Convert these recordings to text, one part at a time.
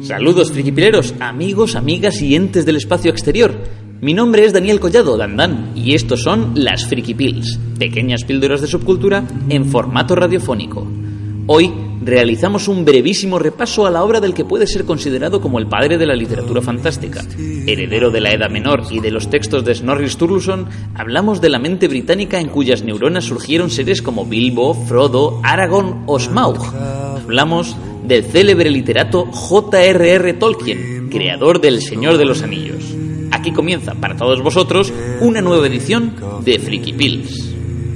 Saludos frikipileros, amigos, amigas y entes del espacio exterior. Mi nombre es Daniel Collado, Dandan, y estos son las Frikipills, pequeñas píldoras de subcultura en formato radiofónico. Hoy realizamos un brevísimo repaso a la obra del que puede ser considerado como el padre de la literatura fantástica. Heredero de la Edad Menor y de los textos de Snorri Sturluson, hablamos de la mente británica en cuyas neuronas surgieron seres como Bilbo, Frodo, Aragorn o Smaug. Hablamos del célebre literato J.R.R. Tolkien, creador del Señor de los Anillos. Aquí comienza para todos vosotros una nueva edición de Frikipills.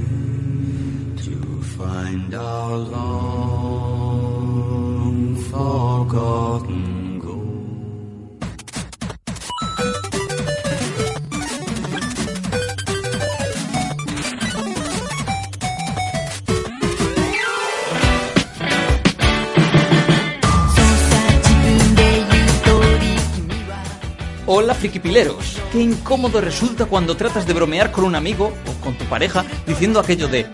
Hola frikipileros, qué incómodo resulta cuando tratas de bromear con un amigo o con tu pareja diciendo aquello de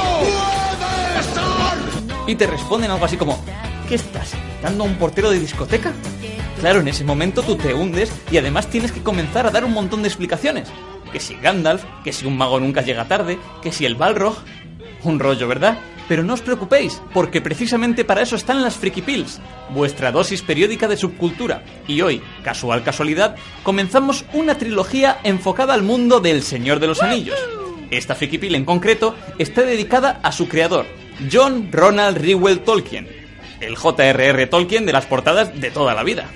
¡no! Y te responden algo así como ¿qué estás? ¿Dando a un portero de discoteca? Claro, en ese momento tú te hundes y además tienes que comenzar a dar un montón de explicaciones. Que si Gandalf, que si un mago nunca llega tarde, que si el Balrog... Un rollo, ¿verdad? Pero no os preocupéis, porque precisamente para eso están las Frikipills, vuestra dosis periódica de subcultura. Y hoy, casualidad, comenzamos una trilogía enfocada al mundo del Señor de los Anillos. Esta Frikipill en concreto está dedicada a su creador, John Ronald Reuel Tolkien, el J.R.R. Tolkien de las portadas de toda la vida.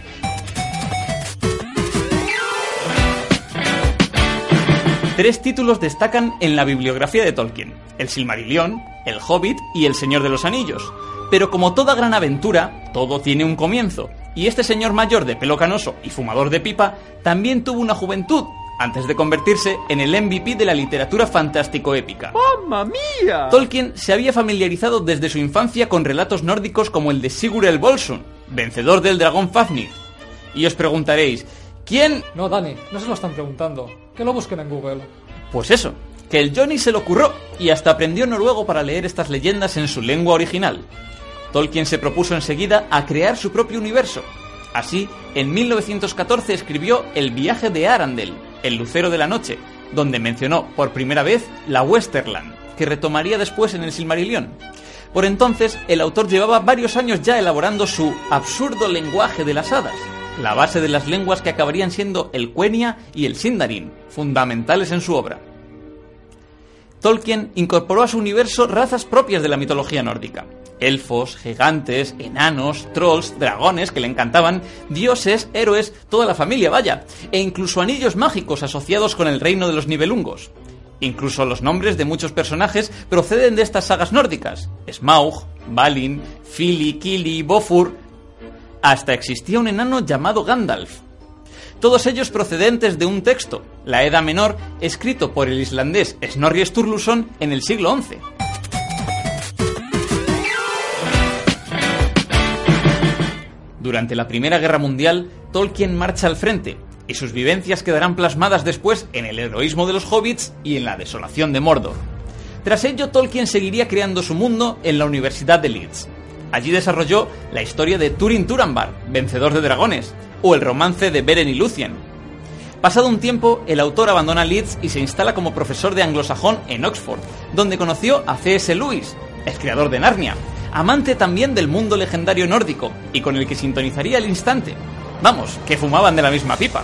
Tres títulos destacan en la bibliografía de Tolkien: El Silmarillion, El Hobbit y El Señor de los Anillos. Pero como toda gran aventura, todo tiene un comienzo, y este señor mayor de pelo canoso y fumador de pipa también tuvo una juventud, antes de convertirse en el MVP de la literatura fantástico-épica. ¡Mamma mía! Tolkien se había familiarizado desde su infancia con relatos nórdicos como el de Sigurd el Bolsung, vencedor del dragón Fafnir. Y os preguntaréis, ¿quién...? No, Dani, no se lo están preguntando. Que lo busquen en Google. Pues eso, que el Johnny se lo ocurrió y hasta aprendió noruego para leer estas leyendas en su lengua original. Tolkien se propuso enseguida a crear su propio universo. Así, en 1914 escribió El viaje de Arandel, el lucero de la noche, donde mencionó por primera vez la Westerland, que retomaría después en el Silmarillion. Por entonces, el autor llevaba varios años ya elaborando su absurdo lenguaje de las hadas, la base de las lenguas que acabarían siendo el Quenya y el Sindarin, fundamentales en su obra. Tolkien incorporó a su universo razas propias de la mitología nórdica: elfos, gigantes, enanos, trolls, dragones que le encantaban, dioses, héroes, toda la familia, vaya, e incluso anillos mágicos asociados con el reino de los Nibelungos. Incluso los nombres de muchos personajes proceden de estas sagas nórdicas: Smaug, Balin, Fili, Kili, Bofur. Hasta existía un enano llamado Gandalf. Todos ellos procedentes de un texto, la Edda Menor, escrito por el islandés Snorri Sturluson en el siglo XI. Durante la Primera Guerra Mundial, Tolkien marcha al frente, y sus vivencias quedarán plasmadas después en el heroísmo de los hobbits y en la desolación de Mordor. Tras ello, Tolkien seguiría creando su mundo en la Universidad de Leeds. Allí desarrolló la historia de Túrin Túrambar, vencedor de dragones, o el romance de Beren y Lúthien. Pasado un tiempo, el autor abandona Leeds y se instala como profesor de anglosajón en Oxford, donde conoció a C.S. Lewis, el creador de Narnia, amante también del mundo legendario nórdico, y con el que sintonizaría al instante. Vamos, que fumaban de la misma pipa.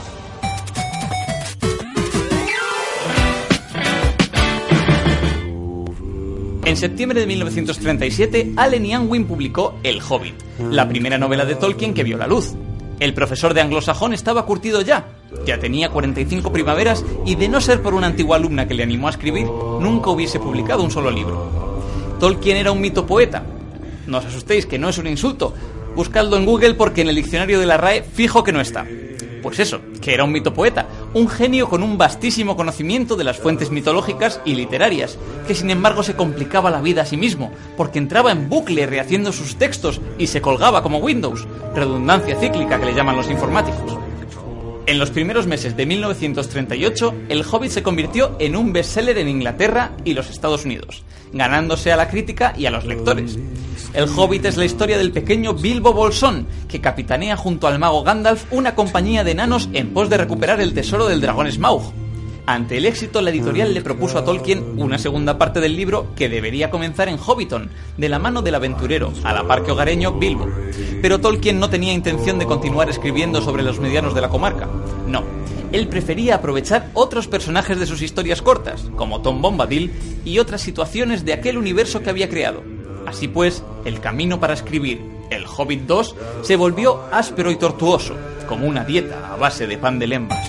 En septiembre de 1937, Allen y Unwin publicó El Hobbit, la primera novela de Tolkien que vio la luz. El profesor de anglosajón estaba curtido ya tenía 45 primaveras y, de no ser por una antigua alumna que le animó a escribir, nunca hubiese publicado un solo libro. Tolkien era un mito poeta. No os asustéis, que no es un insulto. Buscadlo en Google porque en el diccionario de la RAE fijo que no está. Pues eso, que era un mito poeta, un genio con un vastísimo conocimiento de las fuentes mitológicas y literarias, que sin embargo se complicaba la vida a sí mismo, porque entraba en bucle rehaciendo sus textos y se colgaba como Windows, redundancia cíclica que le llaman los informáticos. En los primeros meses de 1938, El Hobbit se convirtió en un bestseller en Inglaterra y los Estados Unidos, ganándose a la crítica y a los lectores. El Hobbit es la historia del pequeño Bilbo Bolsón, que capitanea junto al mago Gandalf una compañía de enanos en pos de recuperar el tesoro del dragón Smaug. Ante el éxito, la editorial le propuso a Tolkien una segunda parte del libro que debería comenzar en Hobbiton, de la mano del aventurero, a la par que hogareño, Bilbo. Pero Tolkien no tenía intención de continuar escribiendo sobre los medianos de la comarca. No, él prefería aprovechar otros personajes de sus historias cortas, como Tom Bombadil, y otras situaciones de aquel universo que había creado. Así pues, el camino para escribir El Hobbit 2 se volvió áspero y tortuoso, como una dieta a base de pan de lembas.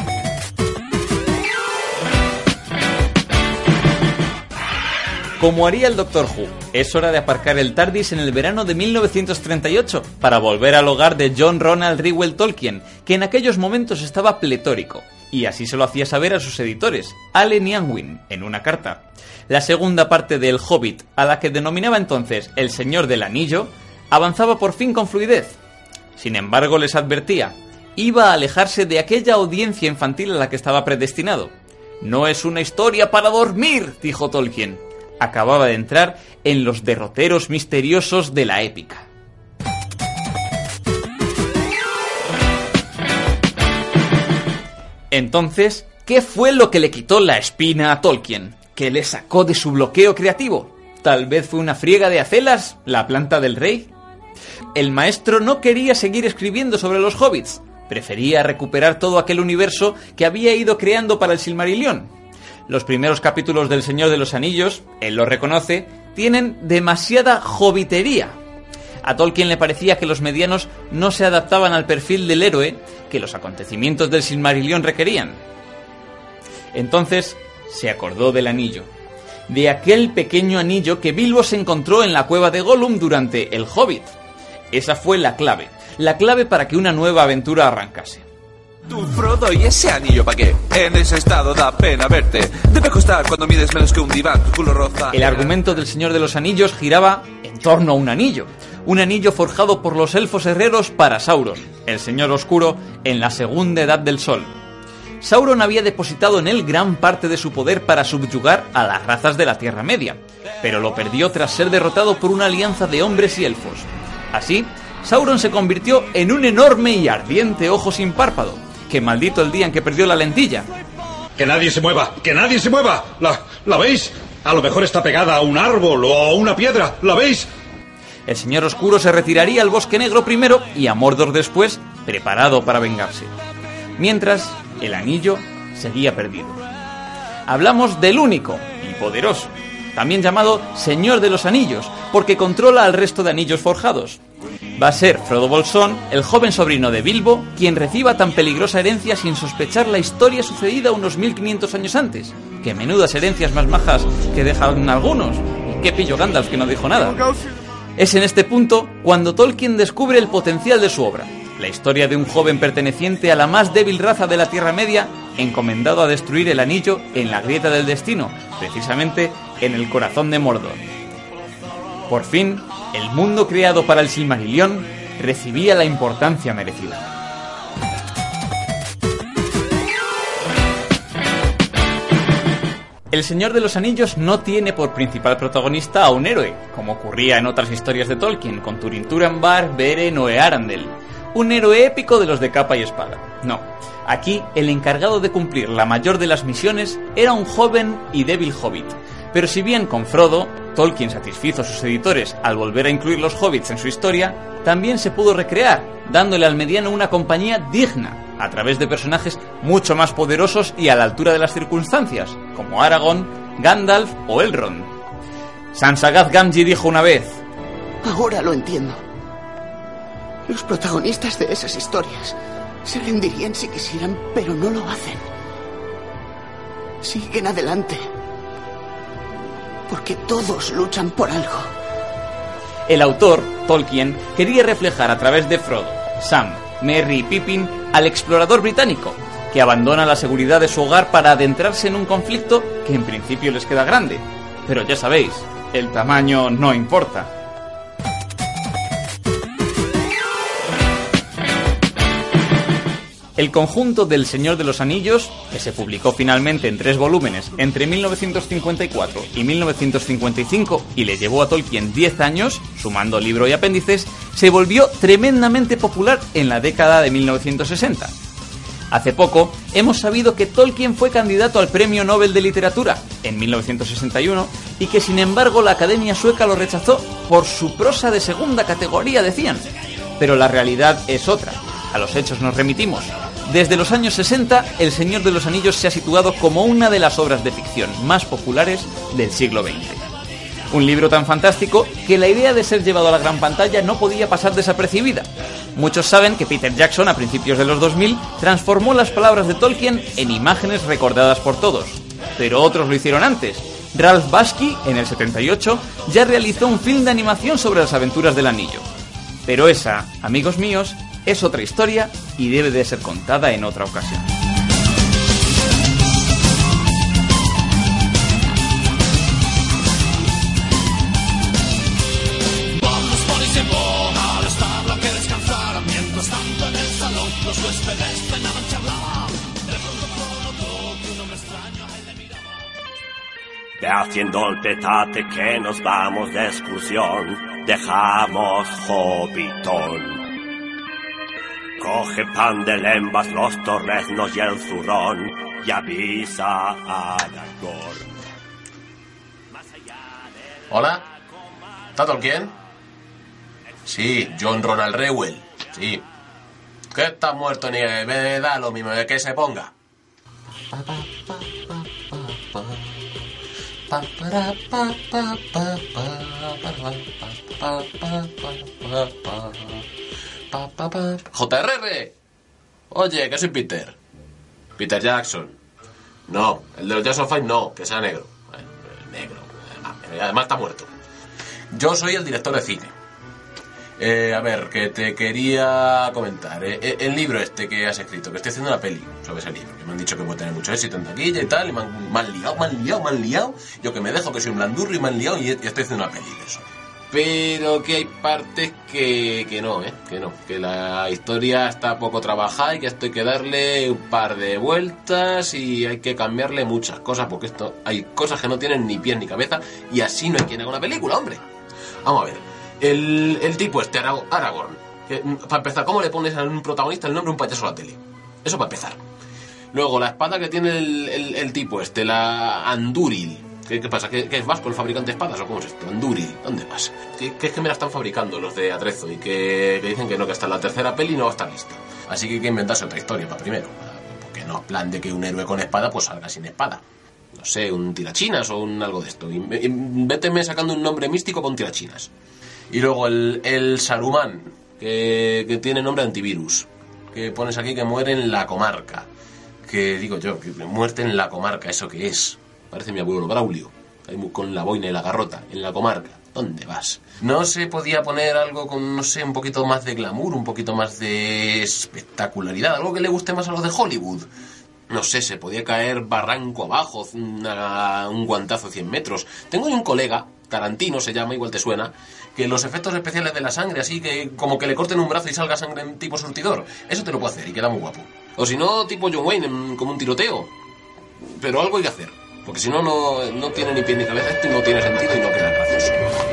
Como haría el Doctor Who, es hora de aparcar el TARDIS en el verano de 1938 para volver al hogar de John Ronald Reuel Tolkien, que en aquellos momentos estaba pletórico, y así se lo hacía saber a sus editores, Allen y Unwin, en una carta. La segunda parte de El Hobbit, a la que denominaba entonces El Señor del Anillo, avanzaba por fin con fluidez. Sin embargo, les advertía, iba a alejarse de aquella audiencia infantil a la que estaba predestinado. «No es una historia para dormir», dijo Tolkien. Acababa de entrar en los derroteros misteriosos de la épica. Entonces, ¿qué fue lo que le quitó la espina a Tolkien? ¿Qué le sacó de su bloqueo creativo? ¿Tal vez fue una friega de acelas, la planta del rey? El maestro no quería seguir escribiendo sobre los hobbits. Prefería recuperar todo aquel universo que había ido creando para el Silmarillion. Los primeros capítulos del Señor de los Anillos, él lo reconoce, tienen demasiada hobbitería. A Tolkien le parecía que los medianos no se adaptaban al perfil del héroe que los acontecimientos del Silmarillion requerían. Entonces se acordó del anillo, de aquel pequeño anillo que Bilbo se encontró en la cueva de Gollum durante El Hobbit. Esa fue la clave para que una nueva aventura arrancase. Tú, Frodo, ¿y ese anillo pa' qué? En ese estado da pena verte. Debe costar cuando mides menos que un diván, tu culo roza. El argumento del Señor de los Anillos giraba en torno a un anillo forjado por los elfos herreros para Sauron, el Señor Oscuro, en la Segunda Edad del Sol. Sauron había depositado en él gran parte de su poder para subyugar a las razas de la Tierra Media, pero lo perdió tras ser derrotado por una alianza de hombres y elfos. Así, Sauron se convirtió en un enorme y ardiente ojo sin párpado. ¡Qué maldito el día en que perdió la lentilla! ¡Que nadie se mueva! ¡Que nadie se mueva! ¿La veis? A lo mejor está pegada a un árbol o a una piedra. ¿La veis? El Señor Oscuro se retiraría al Bosque Negro primero y a Mordor después, preparado para vengarse. Mientras, el anillo seguía perdido. Hablamos del único y poderoso, también llamado Señor de los Anillos, porque controla al resto de anillos forjados. Va a ser Frodo Bolsón, el joven sobrino de Bilbo, quien reciba tan peligrosa herencia sin sospechar la historia sucedida unos 1500 años antes. ¡Qué menudas herencias más majas que dejan algunos! ¡Y qué pillo Gandalf que no dijo nada! Es en este punto cuando Tolkien descubre el potencial de su obra. La historia de un joven perteneciente a la más débil raza de la Tierra Media, encomendado a destruir el anillo en la grieta del destino, precisamente en el corazón de Mordor. Por fin, el mundo creado para el Silmarillion recibía la importancia merecida. El Señor de los Anillos no tiene por principal protagonista a un héroe, como ocurría en otras historias de Tolkien, con Turin Turambar, Beren o Earendel. Un héroe épico de los de capa y espada. No, aquí el encargado de cumplir la mayor de las misiones era un joven y débil hobbit. Pero si bien con Frodo, Tolkien satisfizo a sus editores al volver a incluir los hobbits en su historia, también se pudo recrear, dándole al mediano una compañía digna, a través de personajes mucho más poderosos y a la altura de las circunstancias, como Aragorn, Gandalf o Elrond. Sansagath Gamgee dijo una vez: ahora lo entiendo. Los protagonistas de esas historias se rendirían si quisieran, pero no lo hacen. Siguen adelante. Porque todos luchan por algo. El autor, Tolkien, quería reflejar a través de Frodo, Sam, Merry y Pippin al explorador británico, que abandona la seguridad de su hogar para adentrarse en un conflicto que en principio les queda grande. Pero ya sabéis, el tamaño no importa. El conjunto del Señor de los Anillos, que se publicó finalmente en 3 volúmenes entre 1954 y 1955 y le llevó a Tolkien 10 años, sumando libro y apéndices, se volvió tremendamente popular en la década de 1960. Hace poco hemos sabido que Tolkien fue candidato al Premio Nobel de Literatura en 1961 y que sin embargo la Academia Sueca lo rechazó por su prosa de segunda categoría, decían. Pero la realidad es otra. A los hechos nos remitimos. Desde los años 60, El Señor de los Anillos se ha situado como una de las obras de ficción más populares del siglo XX. Un libro tan fantástico que la idea de ser llevado a la gran pantalla no podía pasar desapercibida. Muchos saben que Peter Jackson, a principios de los 2000, transformó las palabras de Tolkien en imágenes recordadas por todos. Pero otros lo hicieron antes. Ralph Bakshi, en el 78, ya realizó un film de animación sobre las aventuras del anillo. Pero esa, amigos míos, es otra historia y debe de ser contada en otra ocasión. Vamos por ese boga al establo que descansara. Mientras tanto en el salón los huéspedes cenaban, charlaban. De pronto notó que un hombre extraño a él le miraba. Ve haciendo el petate que nos vamos de excursión. Dejamos Hobbiton. Coge pan de lembas, los torreznos y el zurrón y avisa a Aragorn. ¿Hola? ¿Está Tolkien? Sí, John Ronald Reuel. Sí. ¿Qué está muerto ni me da lo mismo de que se ponga? JRR. Oye, que soy Peter. Peter Jackson. No, el de los Jackson 5 no, que sea negro. Negro. Además está muerto. Yo soy el director de cine. A ver, que te quería comentar. El libro este que has escrito, que estoy haciendo una peli sobre ese libro, que me han dicho que puede tener mucho éxito en taquilla y tal, y me han liado. Yo que me dejo que soy un blandurro y me han liado y estoy haciendo una peli de eso. Pero que hay partes que no, que la historia está poco trabajada y que esto hay que darle un par de vueltas y hay que cambiarle muchas cosas, porque esto hay cosas que no tienen ni pies ni cabeza y así no hay quien haga una película, hombre. Vamos a ver, el tipo este, Aragorn, que, para empezar, ¿cómo le pones a un protagonista el nombre de un payaso a la tele? Eso para empezar. Luego, la espada que tiene el tipo este, la Andúril. ¿Qué pasa? ¿Que es vasco el fabricante de espadas o cómo es esto? Andúril, ¿dónde vas? Que es que me la están fabricando los de Atrezo y que dicen que no, que hasta la tercera peli no va a estar lista. Así que hay que inventarse otra historia para primero. Porque no es plan de que un héroe con espada pues salga sin espada. No sé, un tirachinas o un algo de esto. Véteme sacando un nombre místico con tirachinas. Y luego el Saruman, que tiene nombre de antivirus. Que pones aquí que muere en la comarca. Que digo yo, que muerte en la comarca, ¿eso qué es? Parece mi abuelo Braulio, ahí con la boina y la garrota, en la comarca. ¿Dónde vas? ¿No se podía poner algo con, no sé, un poquito más de glamour, un poquito más de espectacularidad? Algo que le guste más a los de Hollywood. No sé, se podía caer barranco abajo, un guantazo 100 metros. Tengo un colega, Tarantino se llama, igual te suena, que los efectos especiales de la sangre, así que como que le corten un brazo y salga sangre en tipo surtidor, eso te lo puedo hacer y queda muy guapo. O si no, tipo John Wayne, como un tiroteo. Pero algo hay que hacer. Porque si no, no tiene ni pie ni cabeza esto y no tiene sentido y no queda gracioso.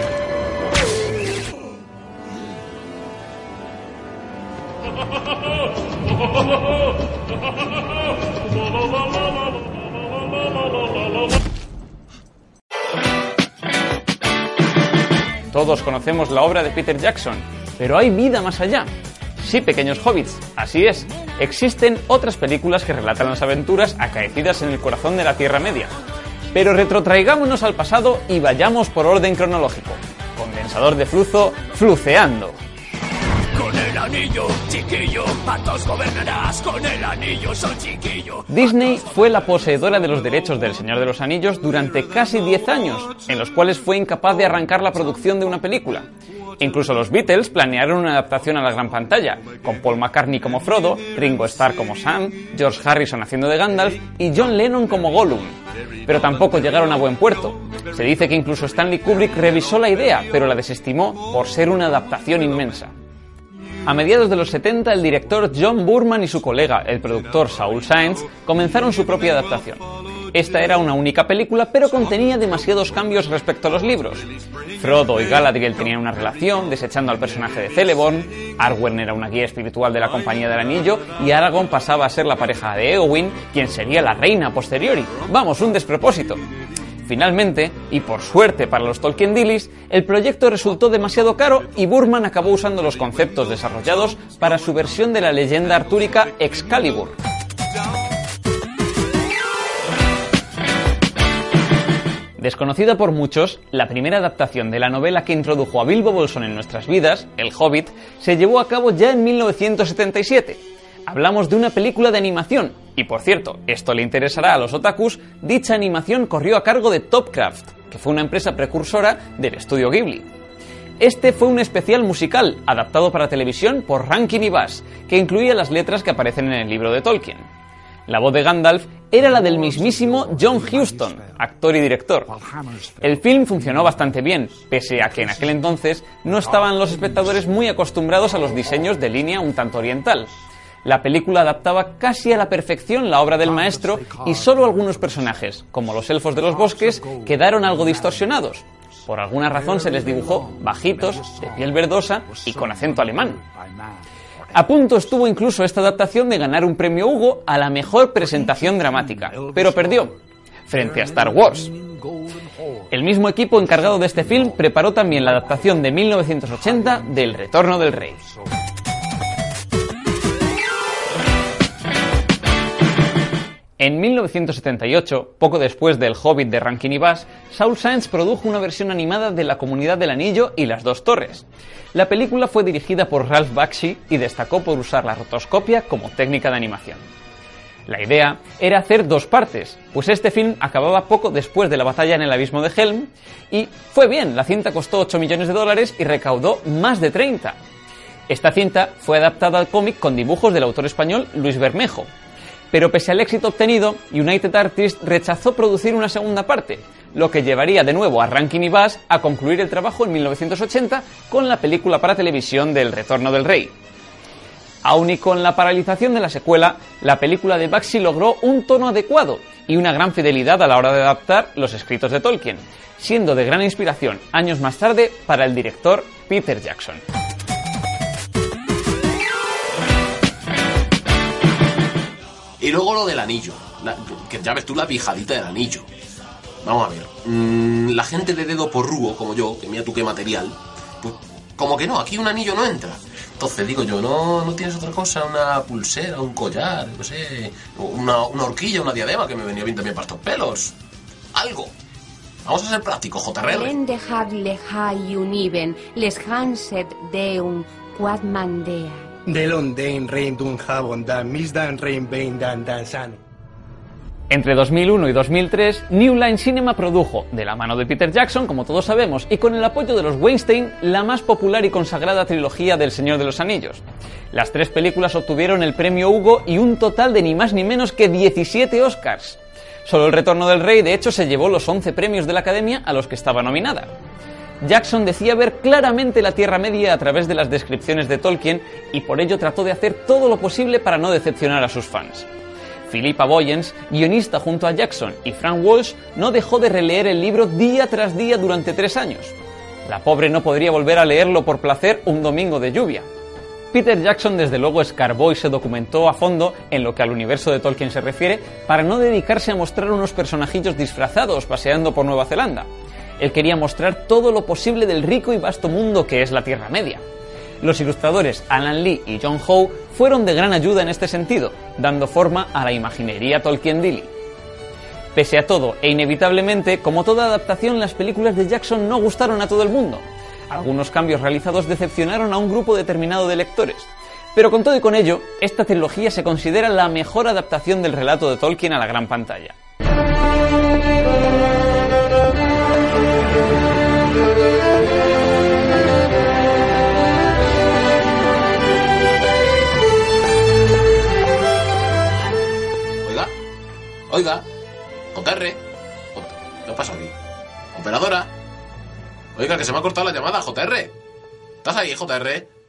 Todos conocemos la obra de Peter Jackson, pero hay vida más allá. Sí, pequeños hobbits, así es. Existen otras películas que relatan las aventuras acaecidas en el corazón de la Tierra Media. Pero retrotraigámonos al pasado y vayamos por orden cronológico. Condensador de flujo, fluceando. Con el anillo, chiquillo, patos gobernarás. Con el anillo, soy chiquillo. Disney fue la poseedora de los derechos del Señor de los Anillos durante casi 10 años, en los cuales fue incapaz de arrancar la producción de una película. Incluso los Beatles planearon una adaptación a la gran pantalla, con Paul McCartney como Frodo, Ringo Starr como Sam, George Harrison haciendo de Gandalf y John Lennon como Gollum. Pero tampoco llegaron a buen puerto. Se dice que incluso Stanley Kubrick revisó la idea, pero la desestimó por ser una adaptación inmensa. A mediados de los 70, el director John Boorman y su colega, el productor Saul Zaentz, comenzaron su propia adaptación. Esta era una única película, pero contenía demasiados cambios respecto a los libros. Frodo y Galadriel tenían una relación, desechando al personaje de Celeborn, Arwen era una guía espiritual de la Compañía del Anillo, y Aragorn pasaba a ser la pareja de Éowyn, quien sería la reina a posteriori. Vamos, un despropósito. Finalmente, y por suerte para los Tolkien-Dillis, el proyecto resultó demasiado caro y Boorman acabó usando los conceptos desarrollados para su versión de la leyenda artúrica Excalibur. Desconocida por muchos, la primera adaptación de la novela que introdujo a Bilbo Bolsón en nuestras vidas, El Hobbit, se llevó a cabo ya en 1977. Hablamos de una película de animación, y por cierto, esto le interesará a los otakus, dicha animación corrió a cargo de Topcraft, que fue una empresa precursora del estudio Ghibli. Este fue un especial musical, adaptado para televisión por Rankin y Bass, que incluía las letras que aparecen en el libro de Tolkien. La voz de Gandalf era la del mismísimo John Huston, actor y director. El film funcionó bastante bien, pese a que en aquel entonces no estaban los espectadores muy acostumbrados a los diseños de línea un tanto oriental. La película adaptaba casi a la perfección la obra del maestro y solo algunos personajes, como los elfos de los bosques, quedaron algo distorsionados. Por alguna razón se les dibujó bajitos, de piel verdosa y con acento alemán. A punto estuvo incluso esta adaptación de ganar un premio Hugo a la mejor presentación dramática, pero perdió, frente a Star Wars. El mismo equipo encargado de este film preparó también la adaptación de 1980 de El Retorno del Rey. En 1978, poco después del Hobbit de Rankin y Bass, Saul Zaentz produjo una versión animada de La Comunidad del Anillo y las Dos Torres. La película fue dirigida por Ralph Bakshi y destacó por usar la rotoscopia como técnica de animación. La idea era hacer dos partes, pues este film acababa poco después de la batalla en el abismo de Helm, y fue bien, la cinta costó $8 millones y recaudó más de 30. Esta cinta fue adaptada al cómic con dibujos del autor español Luis Bermejo. Pero pese al éxito obtenido, United Artists rechazó producir una segunda parte, lo que llevaría de nuevo a Rankin y Bass a concluir el trabajo en 1980 con la película para televisión del Retorno del Rey. Aun y con la paralización de la secuela, la película de Bakshi logró un tono adecuado y una gran fidelidad a la hora de adaptar los escritos de Tolkien, siendo de gran inspiración años más tarde para el director Peter Jackson. Y luego lo del anillo. Que ya ves tú la pijadita del anillo. Vamos a ver. La gente de dedo porrúo, como yo, que mira tú qué material, pues como que no, aquí un anillo no entra. Entonces digo yo, ¿no tienes otra cosa? Una pulsera, un collar, no sé, una horquilla, una diadema, que me venía bien también para estos pelos. Algo. Vamos a ser prácticos, JRR. Entre 2001 y 2003, New Line Cinema produjo, de la mano de Peter Jackson, como todos sabemos, y con el apoyo de los Weinstein, la más popular y consagrada trilogía del Señor de los Anillos. Las tres películas obtuvieron el premio Hugo y un total de ni más ni menos que 17 Oscars. Solo El Retorno del Rey, de hecho, se llevó los 11 premios de la Academia a los que estaba nominada. Jackson decía ver claramente la Tierra Media a través de las descripciones de Tolkien y por ello trató de hacer todo lo posible para no decepcionar a sus fans. Philippa Boyens, guionista junto a Jackson, y Frank Walsh no dejó de releer el libro día tras día durante 3 años. La pobre no podría volver a leerlo por placer un domingo de lluvia. Peter Jackson desde luego escarbó y se documentó a fondo en lo que al universo de Tolkien se refiere para no dedicarse a mostrar unos personajillos disfrazados paseando por Nueva Zelanda. Él quería mostrar todo lo posible del rico y vasto mundo que es la Tierra Media. Los ilustradores Alan Lee y John Howe fueron de gran ayuda en este sentido, dando forma a la imaginería Tolkien-Dilly. Pese a todo, e inevitablemente, como toda adaptación, las películas de Jackson no gustaron a todo el mundo. Algunos cambios realizados decepcionaron a un grupo determinado de lectores. Pero con todo y con ello, esta trilogía se considera la mejor adaptación del relato de Tolkien a la gran pantalla. Oiga, JR, ¿qué pasa aquí? Operadora. Oiga, que se me ha cortado la llamada, JR. ¿Estás ahí, JR?